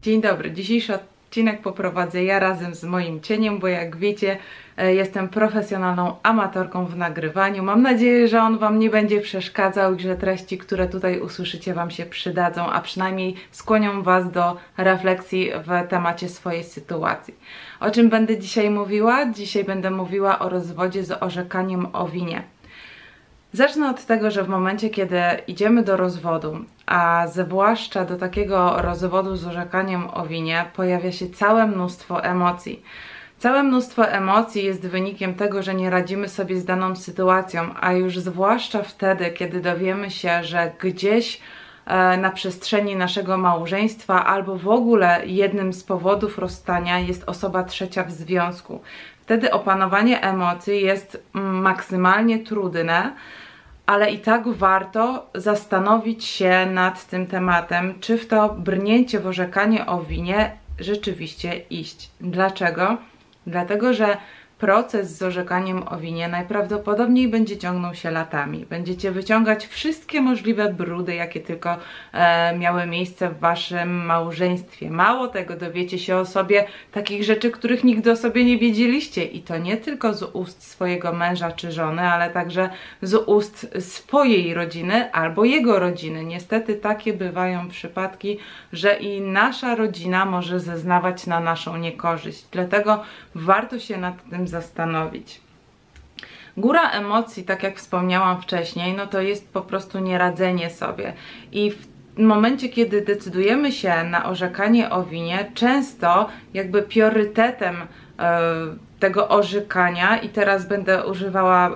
Dzień dobry, dzisiejszy odcinek poprowadzę ja razem z moim cieniem, bo jak wiecie, jestem profesjonalną amatorką w nagrywaniu. Mam nadzieję, że on Wam nie będzie przeszkadzał i że treści, które tutaj usłyszycie, Wam się przydadzą, a przynajmniej skłonią Was do refleksji w temacie swojej sytuacji. O czym będę dzisiaj mówiła? Dzisiaj będę mówiła o rozwodzie z orzekaniem o winie. Zacznę od tego, że w momencie, kiedy idziemy do rozwodu, a zwłaszcza do takiego rozwodu z orzekaniem o winie, pojawia się całe mnóstwo emocji. Całe mnóstwo emocji jest wynikiem tego, że nie radzimy sobie z daną sytuacją, a już zwłaszcza wtedy, kiedy dowiemy się, że gdzieś na przestrzeni naszego małżeństwa albo w ogóle jednym z powodów rozstania jest osoba trzecia w związku. Wtedy opanowanie emocji jest maksymalnie trudne, ale i tak warto zastanowić się nad tym tematem, czy w to brnięcie w orzekanie o winie rzeczywiście iść. Dlaczego? Dlatego, że proces z orzekaniem o winie najprawdopodobniej będzie ciągnął się latami. Będziecie wyciągać wszystkie możliwe brudy, jakie tylko miały miejsce w waszym małżeństwie. Mało tego, dowiecie się o sobie takich rzeczy, których nigdy o sobie nie wiedzieliście. I to nie tylko z ust swojego męża czy żony, ale także z ust swojej rodziny albo jego rodziny. Niestety takie bywają przypadki, że i nasza rodzina może zeznawać na naszą niekorzyść. Dlatego warto się nad tym zastanowić. Góra emocji, tak jak wspomniałam wcześniej, no to jest po prostu nieradzenie sobie. I w momencie, kiedy decydujemy się na orzekanie o winie, często jakby priorytetem tego orzekania, i teraz będę używała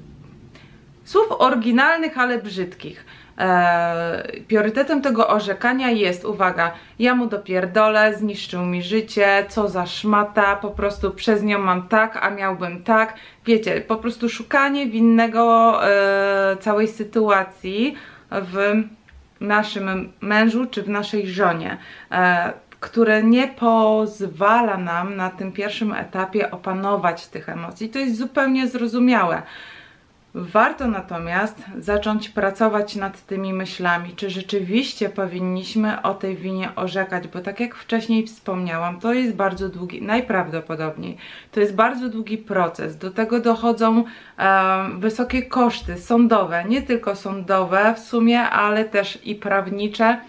słów oryginalnych, ale brzydkich, priorytetem tego orzekania jest, uwaga, ja mu dopierdolę, zniszczył mi życie, co za szmata, po prostu przez nią mam tak, a miałbym tak. Wiecie, po prostu szukanie winnego całej sytuacji w naszym mężu czy w naszej żonie, które nie pozwala nam na tym pierwszym etapie opanować tych emocji. To jest zupełnie zrozumiałe. Warto natomiast zacząć pracować nad tymi myślami, czy rzeczywiście powinniśmy o tej winie orzekać, bo tak jak wcześniej wspomniałam, to jest bardzo długi, najprawdopodobniej, to jest bardzo długi proces. Do tego dochodzą wysokie koszty sądowe, nie tylko sądowe w sumie, ale też i prawnicze.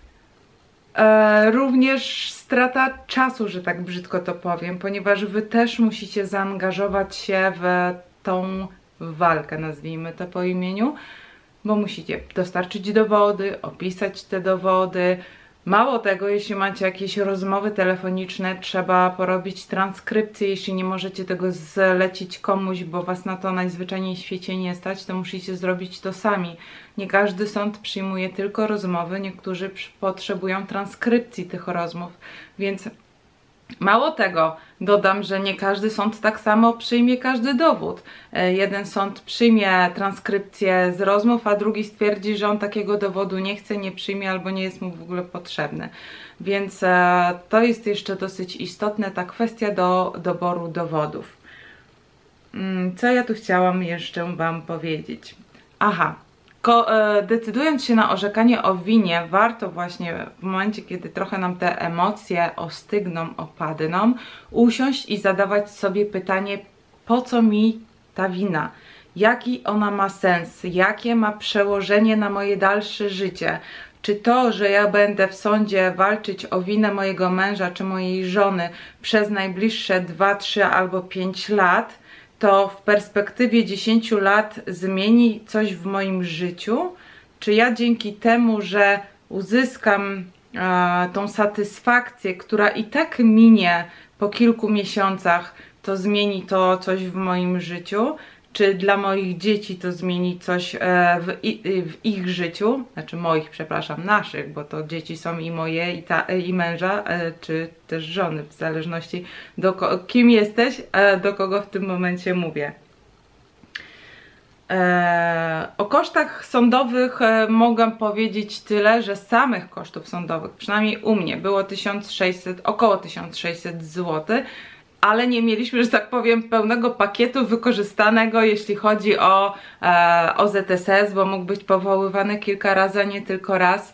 Również strata czasu, że tak brzydko to powiem, ponieważ Wy też musicie zaangażować się w tą walkę, nazwijmy to po imieniu, bo musicie dostarczyć dowody, opisać te dowody. Mało tego, jeśli macie jakieś rozmowy telefoniczne, trzeba porobić transkrypcję. Jeśli nie możecie tego zlecić komuś, bo was na to najzwyczajniej w świecie nie stać, to musicie zrobić to sami. Nie każdy sąd przyjmuje tylko rozmowy, niektórzy potrzebują transkrypcji tych rozmów, więc mało tego, dodam, że nie każdy sąd tak samo przyjmie każdy dowód. Jeden sąd przyjmie transkrypcję z rozmów, a drugi stwierdzi, że on takiego dowodu nie chce, nie przyjmie albo nie jest mu w ogóle potrzebny. Więc to jest jeszcze dosyć istotne, ta kwestia do doboru dowodów. Co ja tu chciałam jeszcze Wam powiedzieć? Aha. Decydując się na orzekanie o winie, warto właśnie w momencie, kiedy trochę nam te emocje ostygną, opadną, usiąść i zadawać sobie pytanie, po co mi ta wina? Jaki ona ma sens? Jakie ma przełożenie na moje dalsze życie? Czy to, że ja będę w sądzie walczyć o winę mojego męża czy mojej żony przez najbliższe 2, 3 albo 5 lat, to w perspektywie 10 lat zmieni coś w moim życiu? Czy ja dzięki temu, że uzyskam tą satysfakcję, która i tak minie po kilku miesiącach, to zmieni to coś w moim życiu? Czy dla moich dzieci to zmieni coś w ich życiu? Znaczy moich, przepraszam, naszych, bo to dzieci są i moje, i męża, czy też żony, w zależności kim jesteś, do kogo w tym momencie mówię. O kosztach sądowych mogę powiedzieć tyle, że samych kosztów sądowych, przynajmniej u mnie, było około 1600 zł, ale nie mieliśmy, że tak powiem, pełnego pakietu wykorzystanego, jeśli chodzi o ZSS, bo mógł być powoływany kilka razy, a nie tylko raz.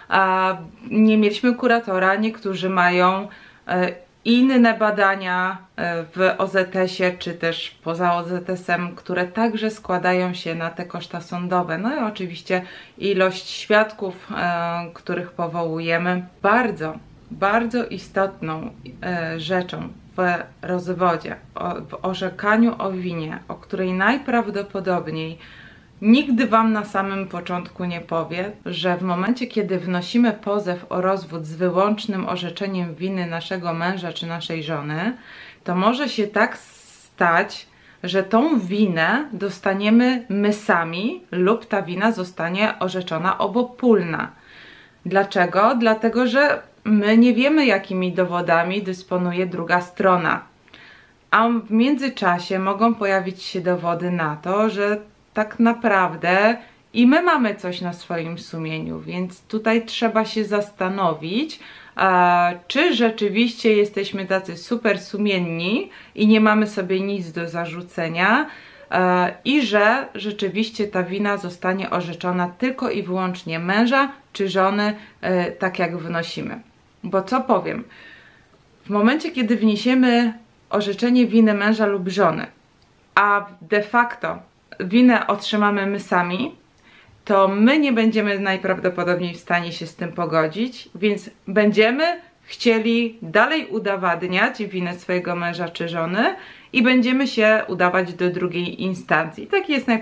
Nie mieliśmy kuratora, niektórzy mają inne badania w OZS-ie, czy też poza OZS-em, które także składają się na te koszta sądowe. No i oczywiście ilość świadków, których powołujemy. Bardzo istotną rzeczą w rozwodzie, w orzekaniu o winie, o której najprawdopodobniej nigdy Wam na samym początku nie powie, że w momencie, kiedy wnosimy pozew o rozwód z wyłącznym orzeczeniem winy naszego męża czy naszej żony, to może się tak stać, że tą winę dostaniemy my sami lub ta wina zostanie orzeczona obopólna. Dlaczego? Dlatego, że my nie wiemy, jakimi dowodami dysponuje druga strona. A w międzyczasie mogą pojawić się dowody na to, że tak naprawdę i my mamy coś na swoim sumieniu, więc tutaj trzeba się zastanowić, czy rzeczywiście jesteśmy tacy super sumienni i nie mamy sobie nic do zarzucenia i że rzeczywiście ta wina zostanie orzeczona tylko i wyłącznie męża czy żony, tak jak wnosimy. Bo co powiem, w momencie, kiedy wniesiemy orzeczenie winy męża lub żony, a de facto winę otrzymamy my sami, to my nie będziemy najprawdopodobniej w stanie się z tym pogodzić, więc będziemy chcieli dalej udowadniać winę swojego męża czy żony i będziemy się udawać do drugiej instancji. Taki jest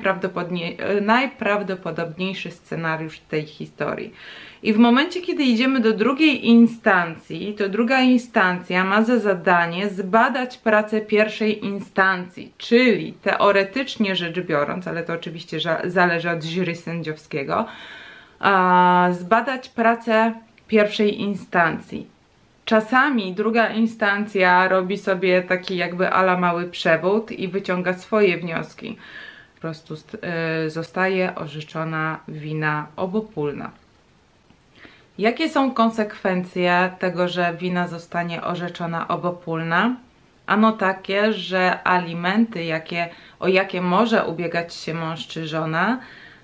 najprawdopodobniejszy scenariusz tej historii. I w momencie, kiedy idziemy do drugiej instancji, to druga instancja ma za zadanie zbadać pracę pierwszej instancji, czyli teoretycznie rzecz biorąc, ale to oczywiście zależy od jury sędziowskiego, zbadać pracę pierwszej instancji. Czasami druga instancja robi sobie taki jakby ala mały przewód i wyciąga swoje wnioski. Po prostu zostaje orzeczona wina obopólna. Jakie są konsekwencje tego, że wina zostanie orzeczona obopólna? Ano takie, że alimenty, o jakie może ubiegać się mąż czy żona,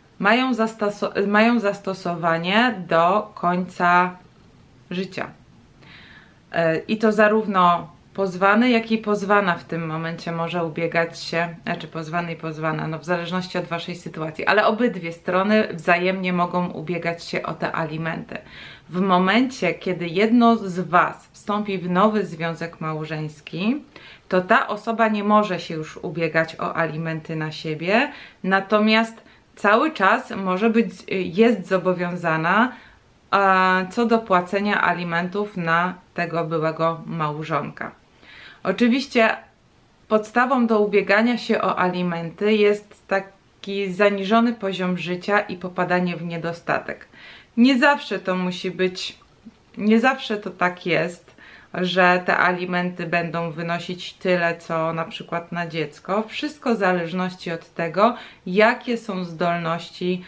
mają zastosowanie do końca życia. I to zarówno pozwany, jak i pozwana w tym momencie może ubiegać się, znaczy pozwany i pozwana, no w zależności od Waszej sytuacji, ale obydwie strony wzajemnie mogą ubiegać się o te alimenty. W momencie, kiedy jedno z Was wstąpi w nowy związek małżeński, to ta osoba nie może się już ubiegać o alimenty na siebie, natomiast cały czas jest zobowiązana co do płacenia alimentów na tego byłego małżonka. Oczywiście podstawą do ubiegania się o alimenty jest taki zaniżony poziom życia i popadanie w niedostatek. Nie zawsze to musi być, nie zawsze to tak jest, że te alimenty będą wynosić tyle, co na przykład na dziecko. Wszystko w zależności od tego, jakie są zdolności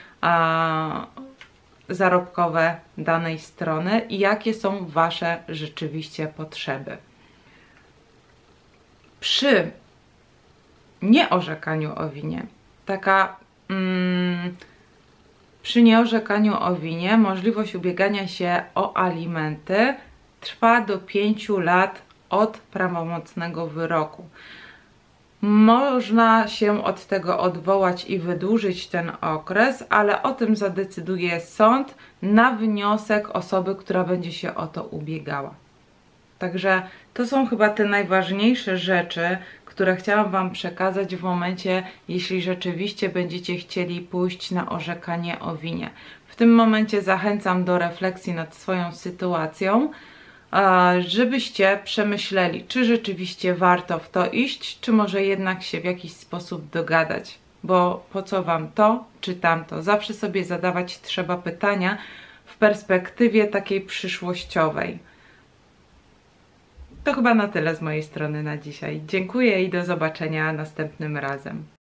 zarobkowe danej strony i jakie są Wasze rzeczywiście potrzeby. Przy nieorzekaniu o winie, przy nieorzekaniu o winie możliwość ubiegania się o alimenty trwa do 5 lat od prawomocnego wyroku. Można się od tego odwołać i wydłużyć ten okres, ale o tym zadecyduje sąd na wniosek osoby, która będzie się o to ubiegała. Także to są chyba te najważniejsze rzeczy, które chciałam Wam przekazać w momencie, jeśli rzeczywiście będziecie chcieli pójść na orzekanie o winie. W tym momencie zachęcam do refleksji nad swoją sytuacją, żebyście przemyśleli, czy rzeczywiście warto w to iść, czy może jednak się w jakiś sposób dogadać. Bo po co Wam to, czy tamto? Zawsze sobie zadawać trzeba pytania w perspektywie takiej przyszłościowej. To chyba na tyle z mojej strony na dzisiaj. Dziękuję i do zobaczenia następnym razem.